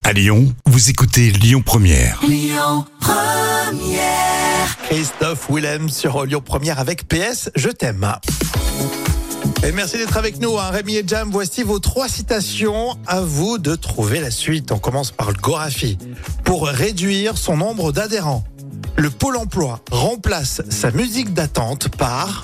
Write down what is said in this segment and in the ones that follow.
À Lyon, vous écoutez Lyon Première. Lyon Première. Christophe Willem sur Lyon Première avec PS, je t'aime. Et merci d'être avec nous, Rémi et Jam. Voici vos 3 citations. À vous de trouver la suite. On commence par le Gorafi. Pour réduire son nombre d'adhérents, le Pôle emploi remplace sa musique d'attente par...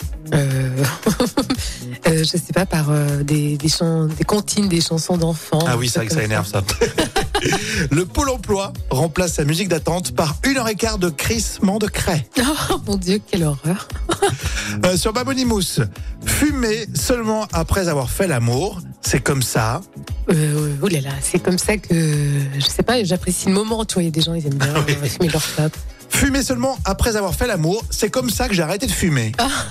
je sais pas, par des comptines, des chansons d'enfants. Ah oui, c'est vrai que ça énerve ça. Le Pôle emploi remplace sa musique d'attente par 1h15 de crissement de craie. Oh mon Dieu, quelle horreur. Sur Babonimous, fumer seulement après avoir fait l'amour, c'est comme ça. Oh là là, c'est comme ça que, je sais pas, j'apprécie le moment. Tu vois, il y a des gens, ils aiment bien fumer leur clope. Fumer seulement après avoir fait l'amour, c'est comme ça que j'ai arrêté de fumer.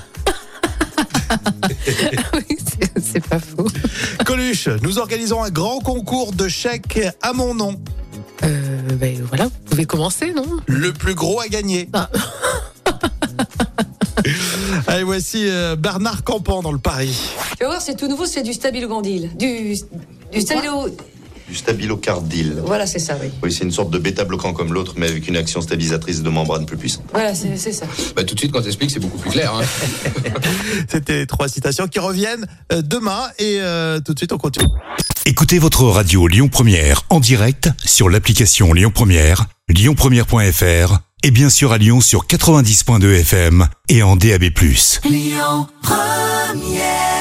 Oui, c'est pas faux. Coluche, nous organisons un grand concours de chèques à mon nom. Voilà, vous pouvez commencer, non? Le plus gros à gagner. Ah. Allez, voici Bernard Campan dans le Paris. Tu vas voir, c'est tout nouveau, c'est du stabilo-gandil. Du stabilo... Du stabilo-cardil. Voilà, c'est ça, oui. Oui, c'est une sorte de bêta-bloquant comme l'autre, mais avec une action stabilisatrice de membrane plus puissante. Voilà, c'est ça. Tout de suite, quand t'expliques, c'est beaucoup plus clair. Hein. C'était 3 citations qui reviennent demain et tout de suite on continue. Écoutez votre radio Lyon Première en direct sur l'application Lyon Première, lyonpremière.fr et bien sûr à Lyon sur 90.2 FM et en DAB+. Lyon Première.